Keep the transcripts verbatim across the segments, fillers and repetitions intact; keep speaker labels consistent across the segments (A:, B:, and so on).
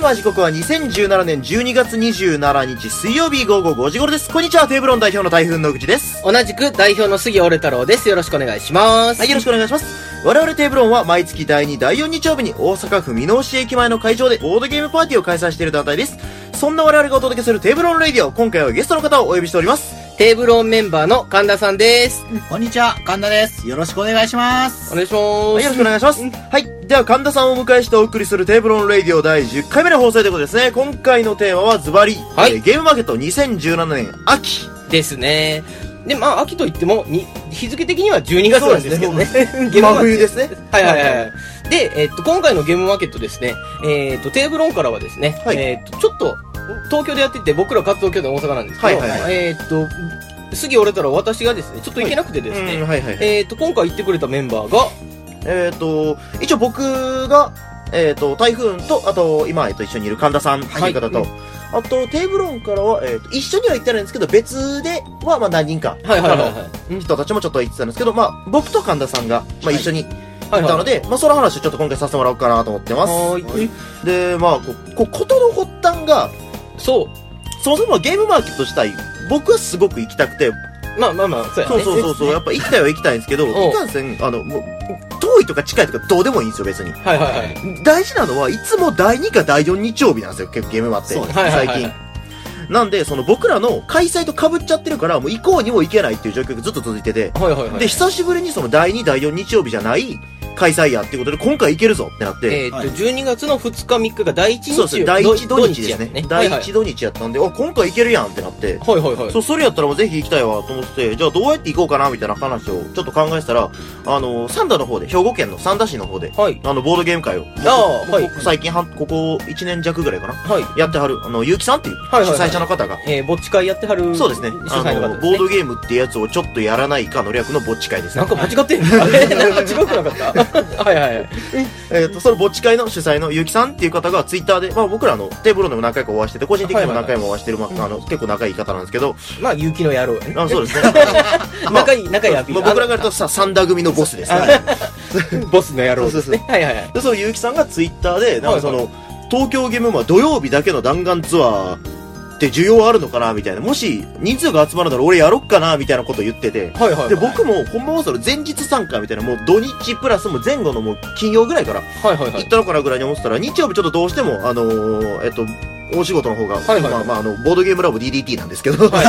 A: 今時刻はにせんじゅうななねんじゅうにがつにじゅうしちにち水曜日午後ごじ頃です。こんにちは、テーブロン代表の台風の口です。
B: 同じく代表の杉折太郎です。よろしくお願いします。
A: はい、よろしくお願いします。我々テーブロンは毎月だいに、だいよん日曜日に大阪府箕面市駅前の会場でボードゲームパーティーを開催している団体です。そんな我々がお届けするテーブロンレイディオ、今回はゲストの方をお呼びしております。
B: テーブロンメンバーの神田さんです。
C: こんにちは、神田です。よろしくお願いします。
B: お願いします。
A: はい、よろしくお願いします。はい。では、神田さんをお迎えしてお送りするテーブロンレイディオだいじゅっかいめの放送ということですね。今回のテーマはズバリ、はい、えー、ゲームマーケットにせんじゅうななねん秋
B: ですね。で、まあ、秋といっても、に、日付的にはじゅうにがつなんですけどね。
A: 真冬ですね。
B: はいはいはい。で、えー、っと、今回のゲームマーケットですね、えー、っと、テーブロンからはですね、はい、えー、っと、ちょっと、東京でやってて、僕ら活動拠点大阪なんですけど、はいはいはい、えー、っと、杉折れたら私がですね、ちょっと行けなくてですね、はいはいはい、えー、っと、今回行ってくれたメンバーが、
A: えー、っと、一応僕が、えー、っと、台風と、あと、今、えっと、一緒にいる神田さんっていう方と、はい、あと、テーブロンからは、えー、と一緒には行ってないんですけど、別では、まあ何人か、はいはいはいはい、人たちもちょっと行ってたんですけど、まあ、僕と神田さんが、まあ一緒に行ったので、はいはいはい、まあその話をちょっと今回させてもらおうかなと思ってます。はい。で、まあ、こう、こことの発端が、そう、そもそもゲームマーケット自体、僕はすごく行きたくて、
B: まあまあまあ、そうやね。
A: そうそうそうそう、やっぱ行きたいは行きたいんですけど、いかんせん、あの、もう、遠いとか近いとかどうでもいいんですよ、別に。はいはいはい。大事なのは、いつもだいにかだいよん日曜日なんですよ、結構ゲームマって。そうですね。最近。なんで、その僕らの開催と被っちゃってるから、もう行こうにも行けないっていう状況がずっと続いてて。はいはいはい。で、久しぶりにそのだいに、だいよん日曜日じゃない開催やっていうことで、今回行けるぞってなって。
B: えー、っと、じゅうにがつのふつかみっかがだいいち日。
A: そうですね、だいいち土日ですね。だいいち土日やったんで、あ、今回行けるやんってなって。はいはいはい。そう、それやったらもうぜひ行きたいわと思って、じゃあどうやって行こうかなみたいな話をちょっと考えてたら、あの、三田の方で、兵庫県の三田市の方で、はい、あの、ボードゲーム会を。ああ、はい。最近は、ここいちねん弱ぐらいかな。はい。やってはる、あの、ゆうきさんっていう、主催者の方が。
B: えー、ぼっち会やってはる。
A: そうですね。あの、ボードゲームってやつをちょっとやらないかの略のぼっち会ですね。
B: なんか間違ってんのあれなんか違くなかったはいはいはい。
A: えっと、そのぼっち会の主催のゆうきさんっていう方がツイッターで、まあ僕らのテーブルでも何回かお会いしてて、個人的にも何回もお会いしてる、まあ、あの、結構仲いい方なんですけど。
B: まあ、ゆうきの野郎やね。
A: あ、そうですね。
B: 仲いい、仲いいアピール。
A: 僕らからとさ、三田組のボスですね。
B: ボスの野郎ですね。はいはいはい。
A: で、そのゆうきさんがツイッターで、なんかその、東京ゲームマ土曜日だけの弾丸ツアー、って需要あるのかなみたいな。もし、人数が集まるなら俺やろっかなみたいなことを言ってて。はいはい、はい。で、僕も、ほんまはその前日参加みたいな、もう土日プラスも前後のもう金曜ぐらいから、はいはいはい。行ったのかなぐらいに思ってたら、日曜日ちょっとどうしても、あのー、えっと、お仕事の方が、はいはいはい、まあまあ、あの、ボードゲームラボ ディーディーティー なんですけど、はい。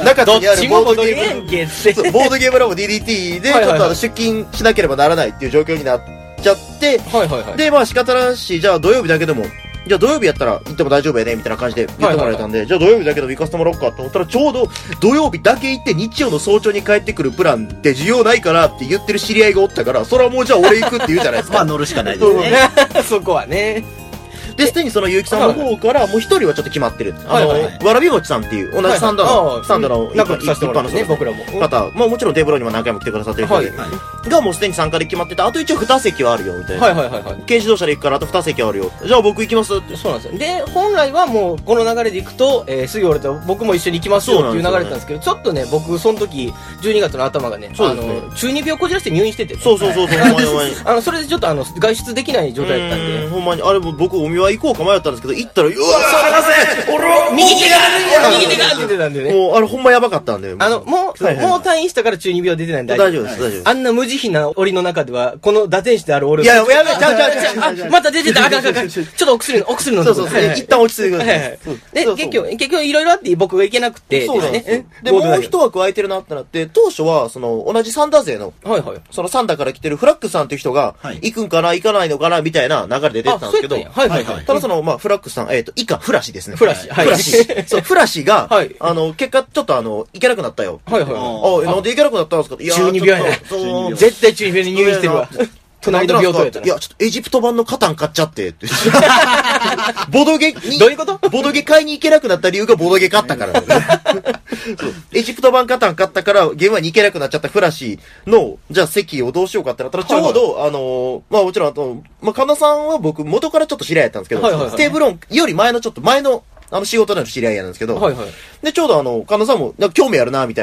A: 中
B: 津にあるボードゲーム、
A: ボードゲームラボ ディーディーティー で、ちょっとあの、出勤しなければならないっていう状況になっちゃって、はいはいはい。で、まあ仕方なし、じゃあ土曜日だけでも、じゃあ土曜日やったら行っても大丈夫やねみたいな感じで言ってもらえたんで、はいはいはい、じゃあ土曜日だけでも行かせてもらおうかと思ったら、ちょうど土曜日だけ行って日曜の早朝に帰ってくるプランって需要ないからって言ってる知り合いがおったから、それはもうじゃあ俺行くって言うじゃないですか。
C: まあ乗るしかないですね。
B: そこはね。
A: で、すでにその結城さんの方からもう一人はちょっと決まってる。あの、わらびもちさんっていう、同じサンダの、サンダの一般のね、僕らも。方、まあもちろんテーブルにも何回も来てくださってる人で、がもうすでに参加で決まってて、あと一応二席はあるよ、みたいな。はいはいはい。軽自動車で行くからあと二席はあるよ。じゃあ僕行きますって。
B: そうなんですよ。で、本来はもうこの流れで行くと、えー、すぐ俺と僕も一緒に行きますよっていう流れだったんですけど、ちょっとね、僕その時、じゅうにがつの頭がね、あの、中二病こじらして入院してて。
A: そうそうそうそう、ほんまにほんまに。
B: あの、それでちょっとあの、外出できない状態だったんで。
A: ほんまに、あれも僕お見舞い行こうか迷ったんですけど、行ったら、うわー、それません俺は
B: 右手が右手がって言ってたんでね。
A: もう、あれほんまやばかったんで。
B: あの、もう、はいはい、もう退院したから中二病出てないんで
A: 大丈夫です、大丈夫です。
B: あんな無慈悲な檻の中では、この打天使である俺
A: を。いや、やめ、ちゃうちゃうちゃう。
B: また出てた、あかんあかん。ちょっとお薬の、お薬の。
A: そうそうそう。一旦落ち着いてください。
B: で、結局、結局いろいろあって僕が行けなくて。
A: そうですね。で、もう一枠空いてるなってなって、当初は、その、同じサンダー勢の、はいはい。そのサンダーから来てるフラッグさんっていう人が、行くんかな、行かないのかな、みたいな流れで出てたんですけど、はいはいはい。ただその、まあ、フラッグさん、えっと、以下、フラシですね。
B: フラシ。
A: フラシ。そう、フラシが、はい、あの、結果、ちょっとあの、行けなくなったよ。はいはい。あ、なんで行けなくなったんですかって。い
B: や、中二病やね。絶対中二病に入院してるわ。隣の病棟やったら。
A: いや、ちょっとエジプト版のカタン買っちゃって、って。ボドゲに、
B: どういうこと
A: ボドゲ買いに行けなくなった理由がボドゲ買ったからだね。エジプト版カタン買ったから、ゲームはに行けなくなっちゃったフラシの、じゃあ席をどうしようかってなったら、ちょうど、あの、まあもちろん、あと、まあ、神田さんは僕、元からちょっと知り合いやったんですけど、テーブロンより前のちょっと前の、あの仕事での知り合いなんですけど、はいはい、で、ちょうどあの、神田さんも、なんか興味あるな、みたいな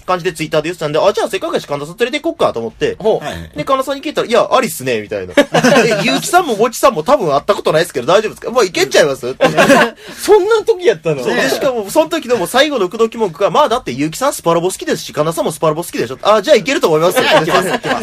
A: 感じでツイッターで言ってたんで、あ、じゃあせっかくやし神田さん連れて行こっかと思って、
B: ほ
A: う。で、神田さんに聞いたら、いや、ありっすね、みたいな。え、ゆうきさんももちさんも多分会ったことないですけど大丈夫ですか？まあ、いけんちゃいます
B: そんな時やったの？
A: そうで、しかも、その時のもう最後の口説き文句が、まあだってゆうきさんスパロボ好きですし、神田さんもスパロボ好きでしょ。あ、じゃあいけると思います。
C: いけます、いけます。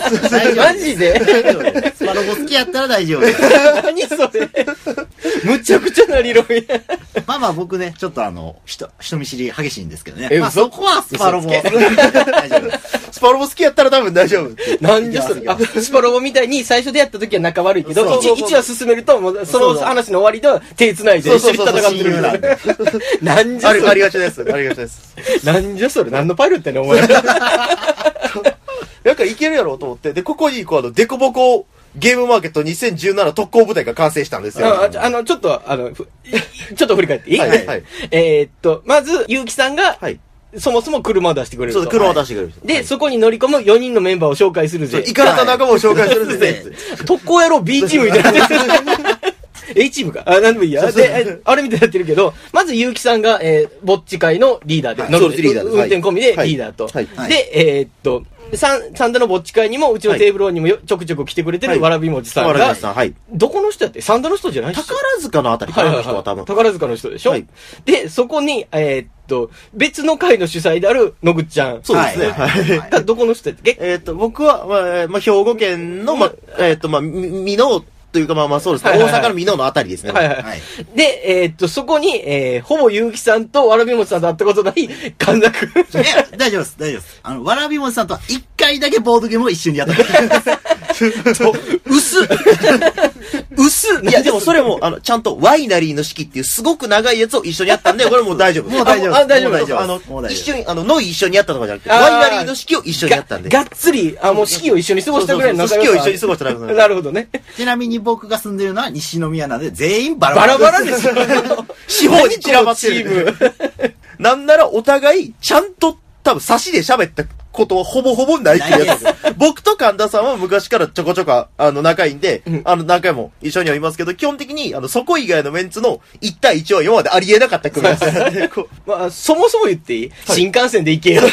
B: マジで
C: スパロボ好きやったら大丈夫です。
B: 何それむちゃくちゃな理論や。
C: まあまあ僕ね、ちょっとあの、人、人見知り激しいんですけどね。
B: え、
C: まあ
B: 嘘
C: そこはスパロボ。大丈夫です。
A: スパロボ好きやったら多分大丈夫。
B: なんでそれあスパロボみたいに最初でやった時は仲悪いけど、
A: そうそうそう
B: いちわ進めると、もうその話の終わりでは手繋いで一緒に戦ってるみたいな。なんじゃそれ。
A: ありがちです。ありがちです。
B: なんじゃそれ。何のパイロットやねん、お前。
A: なんかいけるやろうと思って、で、ここにこうあの、デコボコゲームマーケットにせんじゅうなな特攻部隊が完成したんですよ。
B: あ, あの、ちょっと、あの、ふちょっと振り返っていい？
A: はい、はい。
B: えー、っと、まず、ゆうきさんが、
A: はい。
B: そもそも車を出してくれると。
A: そう、車を出してくれる。
B: で、
A: はい、
B: そこに乗り込むよにんのメンバーを紹介するぜ。
A: イカラと仲間を紹介するぜ。
B: 特攻野郎 B チームみたいな。A チームか。あ、なんでもいいや。で、あれみたいになってるけど、まず、ゆうきさんが、えー、ぼっち会のリーダーで、
A: はい、そうです、リーダーで。
B: 運転込みでリーダーと。
A: はいはい、
B: で、えー、っと、サン、サンダのぼっち会にも、うちのテーブルにもよちょくちょく来てくれてるわらびもちさんが、
A: わらびもちさん、はい。
B: どこの人やって？サンダの人じゃないっしょ？
A: 宝塚のあたりかな、人は多分。
B: 宝塚の人でしょ？はい。で、そこに、えー、っと、別の会の主催である野口ちゃん。
A: そうですね。はい。
B: はい、どこの人やって
A: えー、っと、僕は、まあ、まあ、兵庫県の、まあ、えー、っと、まあ、みのというか、まあまあそうですね。はいはいはい、大阪の美濃のあたりですね。
B: はいはい。はい、で、えー、っと、そこに、えー、ほぼゆうきさんとわらびもちさんと会ったことない神田くん。
C: いや、大丈夫です、大丈夫です。あの、わらびもちさんとは一回だけボードゲームを一緒にやったことあります。
B: 薄っ薄
A: いや、でもそれも、あの、ちゃんとワイナリーの式っていうすごく長いやつを一緒にやったんで、これもう大丈夫。
C: もう大丈夫。
B: あ、大丈夫、大丈夫。
A: あの、一緒に、あの、ノイ一緒にやったとかじゃなくて、ワイナリーの式を一緒にやったんで。
B: がっつり、あ、もう式を一緒に過ごしたぐらいの仲良さ。
A: 式を一緒に過ごした仲良さ。
B: なるほどね。
C: ちなみに僕が住んでるのは西宮なので、全員バラバラ。
B: バラバラですよ。
A: 四方に散らばってる。なんならお互い、ちゃんと多分差しで喋ったことはほぼほぼないっていうやつです。僕と神田さんは昔からちょこちょこ、あの、仲いいんで、うん、あの、何回も一緒にはいますけど、基本的に、あの、そこ以外のメンツのいち対いちは今までありえなかった組み合わせなんで、
B: まあ、そもそも言っていい、はい、新幹線で行けよ。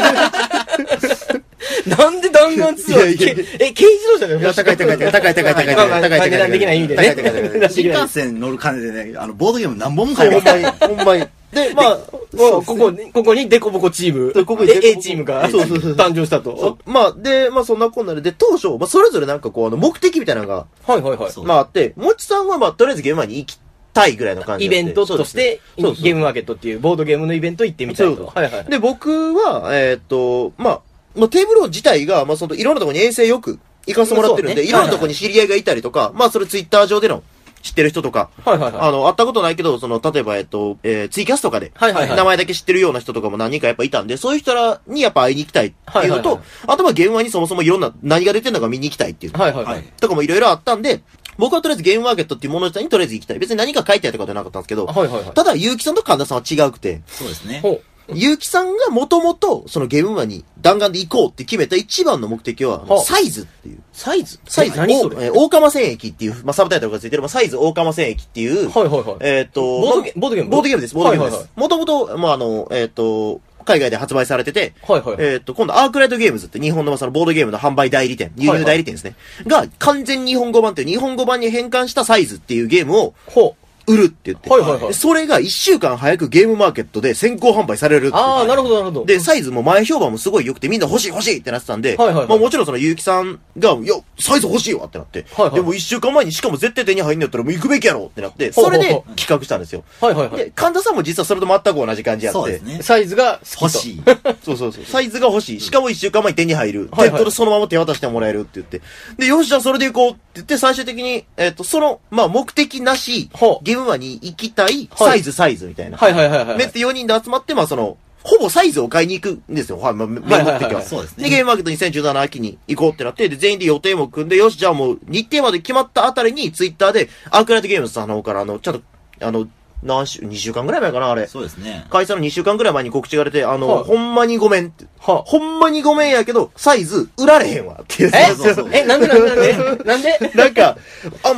B: なんで弾丸ツアーえ、軽自動車だよ。
A: 高い高い高い高い高い高い高い高い高い
B: 値段的な意味でね。
C: 新幹線乗る金でね、あの、ボードゲーム何本も買い
A: ます。ほんまに、ほんまに。で、まあ、
B: ここ、ここにデコボコチーム。ここに A チームが誕生したと。
A: まあ、で、まあそんなこんなで、で、当初、まあそれぞれなんかこう、あの、目的みたいなのが、
B: はいはいはい。
A: まああって、もちさんはまあ、とりあえずゲームマに行きたいぐらいの感じで。
B: イベントとして、ゲームマーケットっていうボードゲームのイベント行ってみたいと。はいはい。
A: で、僕は、えっと、まあ、まあ、テーブル自体が、まあ、その、いろんなところに遠征よく行かせてもらってるんで、ね、いろんなところに知り合いがいたりとか、はいはい、まあ、それツイッター上での知ってる人とか、
B: はいはいはい、
A: あの、会ったことないけど、その、例えば、えっと、えー、ツイキャスとかで、はいはいはい、名前だけ知ってるような人とかも何人かやっぱいたんで、そういう人らにやっぱ会いに行きたいっていうのと、はいはいはい、あとはゲームマにそもそもいろんな、何が出てるのか見に行きたいっていう。
B: はいはいはい。
A: とかもいろいろあったんで、僕はとりあえずゲームマーケットっていうもの自体にとりあえず行きたい。別に何か書いてあるとかじゃなかったんですけど、
B: はいはいはい、
A: ただ、結城さんと神田さんは違くて、
C: そうですね。
A: ほう結城さんがもともと、そのゲームマに弾丸で行こうって決めた一番の目的は、サイズっていう。
B: サイズ
A: サイズ
B: 何それ
A: えー、大釜戦役っていう、まあ、サブタイトルがついてる、まあ、サイズ大釜戦役っていう、
B: はいはいはい。
A: えっ、ー、と、
B: ボードゲーム、ボードゲーム
A: ボードゲームです、ボードゲームです。もともと、まあ、あの、えっ、ー、と、海外で発売されてて、
B: はいはいはい、
A: えっ、ー、と、今度アークライトゲームズって日本のそのボードゲームの販売代理店、輸入代理店ですね。はいはい、が、完全日本語版っていう日本語版に変換したサイズっていうゲームを、
B: ほう。
A: 売るって言って。
B: はいはいはい。
A: それが一週間早くゲームマーケットで先行販売されるって。
B: ああ、なるほどなるほど。
A: で、サイズも前評判もすごい良くてみんな欲しい欲しいってなってたんで、
B: はいはいはい。
A: まあもちろんその結城さんが、いや、サイズ欲しいわってなって。はいはい。でも一週間前にしかも絶対手に入んのやったらもう行くべきやろってなって、それで企画したんですよ。
B: はいはいはい。
A: で、神田さんも実はそれと全く同じ感じやって。
C: そうですね。
B: サイズが
C: 欲しい。
A: そうそうそう。サイズが欲しい。しかも一週間前に手に入る。はいはい。手っそのまま手渡してもらえるって言って。で、よし、じゃあそれで行こうって言って、最終的に、えっと、その、まあ目的なし、ゲームマに行きたい、サイズサイズみたいな。
B: はいはいはいはい。
A: めってよにんで集まって、まあその、ほぼサイズを買いに行くんですよ。はい、まあ、メイン目的は。
C: そうですね。
A: で、ゲームマーケットにせんじゅうなな秋に行こうってなって、で、全員で予定も組んで、よし、じゃあもう、日程まで決まったあたりに、ツイッターで、アークライトゲームズさんの方から、あの、ちょっと、あの、何週、にしゅうかんぐらい前かな、あれ。
C: そうですね。
A: 開催のにしゅうかんぐらい前に告知が出て、あの、はあ、ほんまにごめんって。
B: はあ、
A: ほんまにごめんやけど、サイズ、売られへんわっていう。
B: えそうそうえ、なんでなんでなんでなんで
A: なんか、あの、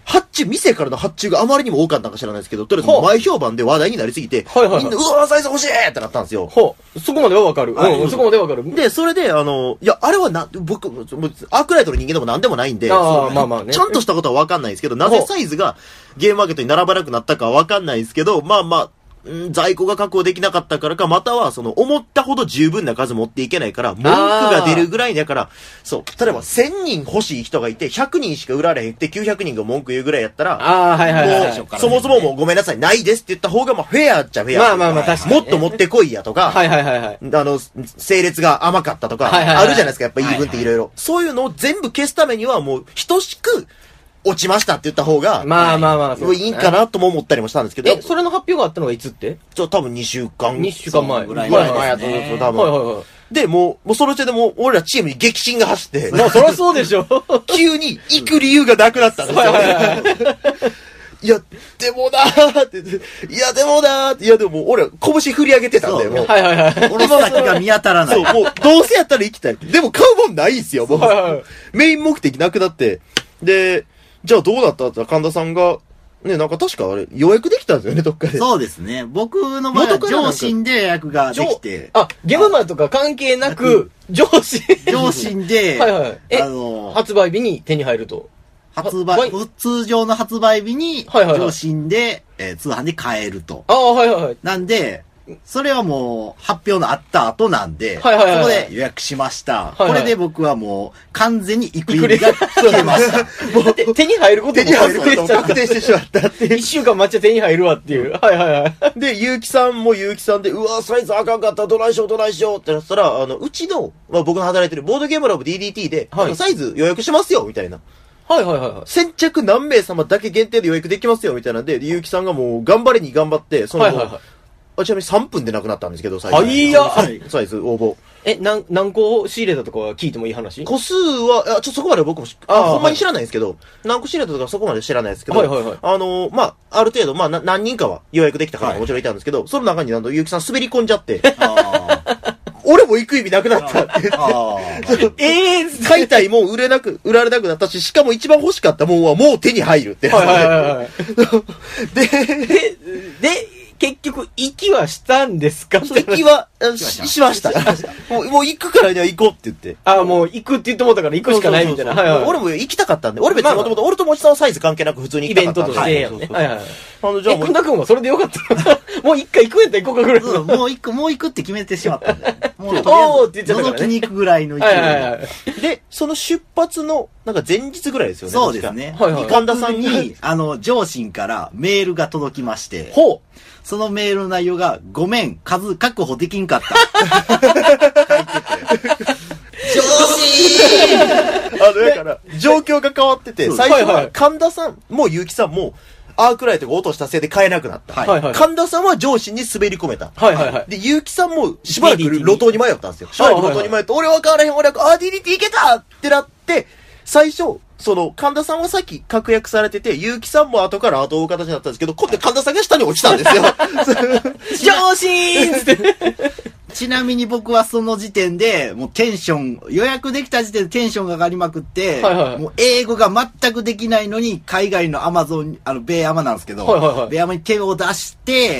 A: 発注、店からの発注があまりにも多かったのか知らないですけど、とりあえず前評判で話題になりすぎて、
B: はいはいはい、
A: みんな、うわー、サイズ欲しいってなったんですよ。
B: ほう。そこまではわかる。はい、うん、そこまではわかる。
A: で、それで、あの、いや、あれはな、僕、もうアークライトの人間でも何でもないんで、
B: あまあまあね、
A: ちゃんとしたことはわかんないですけど、なぜサイズがゲームマーケットに並ばなくなったかはわかんないですけど、まあまあ、ん在庫が確保できなかったからか、または、その、思ったほど十分な数持っていけないから、文句が出るぐらいだから、そう、例えばせんにん欲しい人がいて、ひゃくにんしか売られへんってきゅうひゃくにんが文句言うぐらいやったら、
B: ああ、はいはいはい。
A: もう、そもそももうごめんなさい、ないですって言った方が、まあ、フェアっちゃフェア。
B: まあまあまあ、確かに、
A: もっと持ってこいやとか、
B: はいはいはいはい。
A: あの、整列が甘かったとか、
B: はいはいはい、
A: あるじゃないですか、やっぱ言い分っていろいろ。そういうのを全部消すためには、もう、等しく、落ちましたって言った方が、
B: まあまあまあ、
A: そう、いいんかなとも思ったりもしたんですけど。
B: え、それの発表があったのがいつって？
A: ちょ、多分にしゅうかん。
B: にしゅうかんまえ。
A: ぐらい前やったんですよ、多分。はいはいはい。で、もう、もうその時点でもう、俺らチームに激震が走って。
B: まあ、そりゃそうでしょ。
A: 急に行く理由がなくなったんですよ。はいはいはい。いや、でもなーって、いや、でもなーって、いや、でももう俺、拳振り上げてたんだよ、もう。
B: はいはいはい。
C: 俺の先が見当たらない。
A: そう、もう、どうせやったら行きたい。でも買うもんないんすよ、もう。はいはい。メイン目的なくなって。で、じゃあどうだったって神田さんが、ね、なんか確かあれ、予約できたんですよね、どっかで。
C: そうですね。僕の場合は上心で予約ができて。
B: あ、ゲームマンとか関係なく、上心。
C: 上心で、
B: はいはい。え、
C: あの、
B: 発売日に手に入ると。
C: 発売、通常の発売日に、上心で、えー、通販で買えると。
B: ああ、はいはいはい。
C: なんで、それはもう、発表のあった後なんで、
B: はいはいはいはい、
C: そこで予約しました。
B: はいはい、
C: これで僕はもう、完全に行く意味が消えました。
B: もう手に入ることも
A: 手に入ることも確定してしまったっていう。
B: 一週間待っちゃ手に入るわっていう。はいはいはい。
A: で、ゆうきさんもゆうきさんで、うわ、サイズあかんかった、どないしよう、どないしようってなったら、あの、うちの、まあ、僕の働いてるボードゲームラブ ディーディーティー で、はい、サイズ予約しますよ、みたいな。
B: はいはいはい。
A: 先着何名様だけ限定で予約できますよ、みたいなんで、ゆうきさんがもう、頑張れに頑張って、その、はいはいはい、あちなみにさんぷんでなくなったんですけど、
B: サイズ。はいや、
A: サイズ応募。
B: え、なん、何個仕入れたとかは聞いてもいい話？
A: 個数は、あ、ちょっとそこまで僕も、あ、ほんまに知らないんですけど、はい、何個仕入れたとかそこまで知らないですけど、はいはいはい、あのー、まあ、ある程度、まあ、な何人かは予約できた方ももちろんいたんですけど、はい、その中になんと、ゆうきさん滑り込んじゃって、俺も行く意味なくなったって言って、ええー、買いたいもん売れなく、売られなくなったし、しかも一番欲しかったもんはもう手に入るって。はいはいはいはい。
B: で、で、で、結局、行きはしたんですか？
A: 行きはし、しました。もう、もう行くからには行こうって言って。
B: ああ、もう行くって言ってもったから行くしかないみたいな。はいはい。
A: 俺も行きたかったんで、俺別にもともと、俺ともちさんはサイズ関係なく普通に行きたかったんで。
B: イベントとしてやね。はいはい。
A: あの、じゃあ
B: もう。くんだくんはそれでよかった。もう一回行くやったら行こうかぐらい。
C: もう行く、もう行くって決めてしまったんで。もう、
B: おーって言っちゃったからね。
C: 覗きに行くぐらいの勢い。はいはいはい。
A: で、その出発の、なんか前日ぐらいですよね。
C: そうですね。
A: はいはい。神田さんに、
C: あの、上心からメールが届きまして。
B: ほう。
C: そのメールの内容が、ごめん、数確保できんかった。書いてて。
B: 上心
A: あの、だから、状況が変わってて、最初は神田さんも結城さんも、アークライトが落としたせいで買えなくなった。はいはい、神田さんは上心に滑り込めた。
B: はいはいはい、
A: で、結城さんもしばらく路頭に迷ったんですよ。しばらく路頭に迷って、俺分からへん、俺は、あ、ディーディーティー いけたってなって、最初、その、神田さんはさっき確約されてて、結城さんも後から後を追う形になったんですけど、今度神田さんが下に落ちたんですよ。
B: 上心って。
C: ちなみに僕はその時点で、もうテンション、予約できた時点でテンションが上がりまくって、はいはい、もう英語が全くできないのに、海外のアマゾン、あの、ベイアマなんですけど、はいはいはい、ベイアマに手を出して、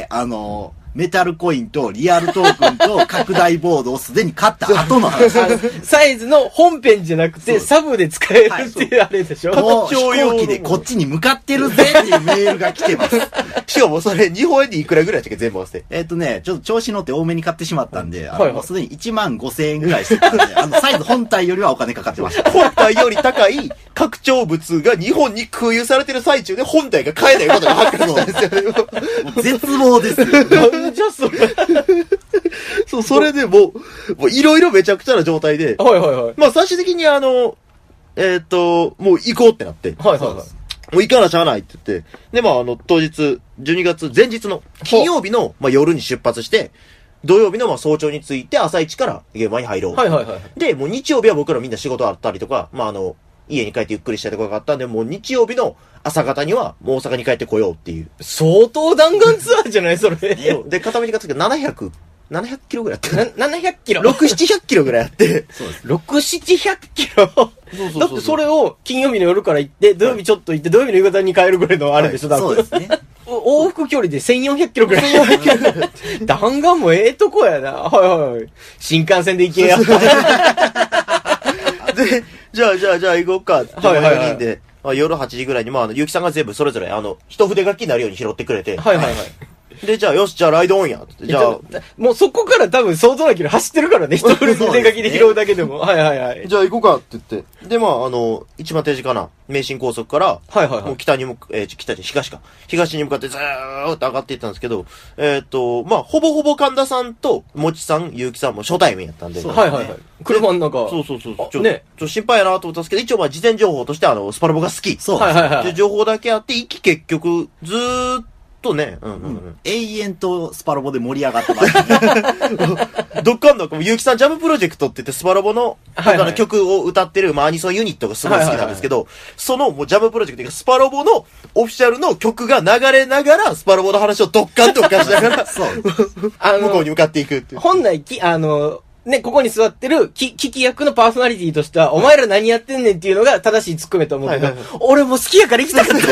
C: あの、メタルコインとリアルトークンと拡大ボードをすでに買った後の話。
B: サイズの本編じゃなくてサブで使えるっていうあれでしょ。
C: もう飛行機でこっちに向かってるぜっていうメールが来てます。
A: しかもそれ日本円でいくらぐらいだっけ全部合わせて。
C: えっとね、ちょっと調子乗って多めに買ってしまったんで、あの、もうすでにいちまんごせんえんぐらいしてたんで、あの、サイズ本体よりはお金かかってました。
A: 本体より高い拡張物が日本に空輸されてる最中で本体が買えないことが発覚したんですよね。
C: もう絶望ですよ。
B: なんじゃそれ。
A: そう、それでもう、もういろいろめちゃくちゃな状態で、
B: はいはいはい。
A: まあ最終的にあの、えっと、もう行こうってなって、
B: はいはいはい。も
A: う行かなしゃあないって言って、でまああの、当日、じゅうにがつ前日の金曜日の、まあ、夜に出発して、土曜日のまあ早朝に着いて朝一から現場に入ろう。
B: はいはいはい。
A: で、もう日曜日は僕らみんな仕事あったりとか、まああの、家に帰ってゆっくりしたいところがあったんで、もう日曜日の朝方にはもう大阪に帰ってこようっていう。
B: 相当弾丸ツアーじゃないそれ。
A: で、片道がつけななひゃくななひゃくキロぐらいやって
B: ななひゃくキロ。
A: ろく、ななひゃくキロぐらいやって。
B: そうです。ろく、ななひゃくキロ。そうそうそう。だってそれを金曜日の夜から行って、土曜日ちょっと行って、土曜日の夕方に帰るぐらいのあれでしょ、
C: はい、そうですね。
B: 往復距離でせんよんひゃくキロぐらい。せんよんひゃくキロ。弾丸もええとこやな。はいはい。新幹線で行けや。
A: で、じゃあじゃあじゃあ行こうかって、はいはいはい、で、まあ、夜はちじぐらいに、まあ、あの、ゆうきさんが全部それぞれ、あの、一筆書きになるように拾ってくれて。
B: はいはいはい。
A: で、じゃあ、よし、じゃあ、ライドオンや。って。じゃあ、
B: もうそこから多分相当な距離走ってるからね。一筆書きで拾うだけでも。はいはいはい。
A: じゃあ、行こうかって言って。で、まあ、あの、一番手近な、名神高速から、はいはいはい。もう北に向か、えー、北じゃ、東か。東に向かってずーっと上がっていったんですけど、えっと、まあ、ほぼほぼ神田さんと、もちさん、ゆうきさんも初対面やったんで。
B: はいはいはい。車の中。
A: そうそうそう。ちょ、ね。ちょ、心配やなと思ったんですけど、一応まあ、事前情報として、あの、スパロボが好き。
C: そう。
B: はいはいはい。
A: で、情報だけあって、行き結局、ずーっと、とね、うんうんうん、
C: 永遠とスパロボで盛り上がってます。
A: どっかんどっか、ゆうきさんジャムプロジェクトって言ってスパロボの、はいはい、の曲を歌ってる、まあアニソンユニットがすごい好きなんですけど、はいはいはい、そのもうジャムプロジェクトスパロボのオフィシャルの曲が流れながら、スパロボの話をどっかんどっかんしながら、そうあの向こうに向かっていくっていう。
B: 本来き、あの、ね、ここに座ってる、き、聞き役のパーソナリティとしては、お前ら何やってんねんっていうのが正しいツッコミと思うけど、はいはいはい、俺も好きやから行きたかった。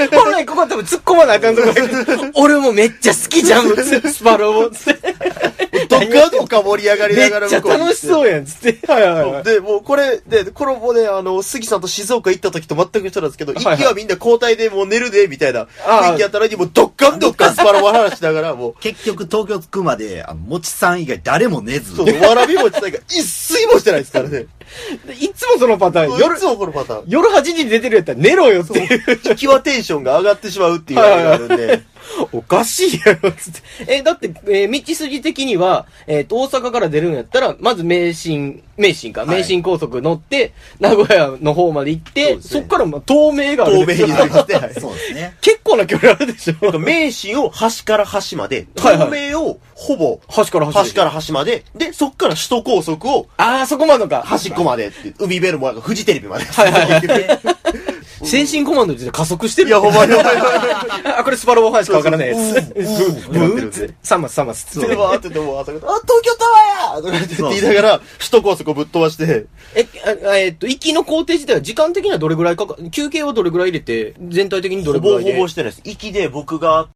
B: 本来ここは多分突っ込まなあかんとこやけど、俺もめっちゃ好きじゃん、スパロボって。
A: どっかどっか盛り上がりながら
B: 向こうめっちゃ楽しそうやん、つって。はいはいはい。
A: で、もうこれ、で、これもね、あの、杉さんと静岡行った時と全く一緒なんですけど、はいはい、息はみんな交代でもう寝るで、みたいな雰囲気やったのに、もうどっかんどっかんスパロボ話しながら、もう。
C: 結局東京着くまで、あの、もちさん以外誰も寝ず。
A: そう、わらびもちさんが一睡もしてないですからね。
B: いつもそのパターン。
A: 夜、いつもこのパターン。
B: 夜はちじに出てるやったら寝ろよっていう。
A: 行きはテンションが上がってしまうっていうのがあるんで。
B: おかしいやろ、つって。え、だって、えー、道筋的には、えっ、ー、と、大阪から出るんやったら、まず名神、名神か、はい、名神高速乗って、名古屋の方まで行って、 そ,、ね、そっから、まあ、東名がある。
A: 東名に出てきて、はい、
C: そうですね。
B: 結構な距離あるでしょ。
A: 名神を端から端まで、東名をほぼ、
B: 端から端
A: 端から端まで、で、そっから首都高速を、
B: ああ、そこまでか。
A: 端っこまでって、海ベルも、フジテレビまで。
B: はいはいはい。精神コマンドで加速してる。
A: いや、ほんまに。
B: あ、これスパロボファンしかわからないやつ。ブーって。サマスサマス。
A: で、わーって言っても、あ、東京タワーやとかって言いながら、首都高速をぶっ飛ばして。
B: え、えっと、行きの工程自体は時間的にはどれぐらいかか、休憩はどれぐらい入れて、全体的にどれぐらいで。
A: ほぼほぼしてないです。行きで僕が、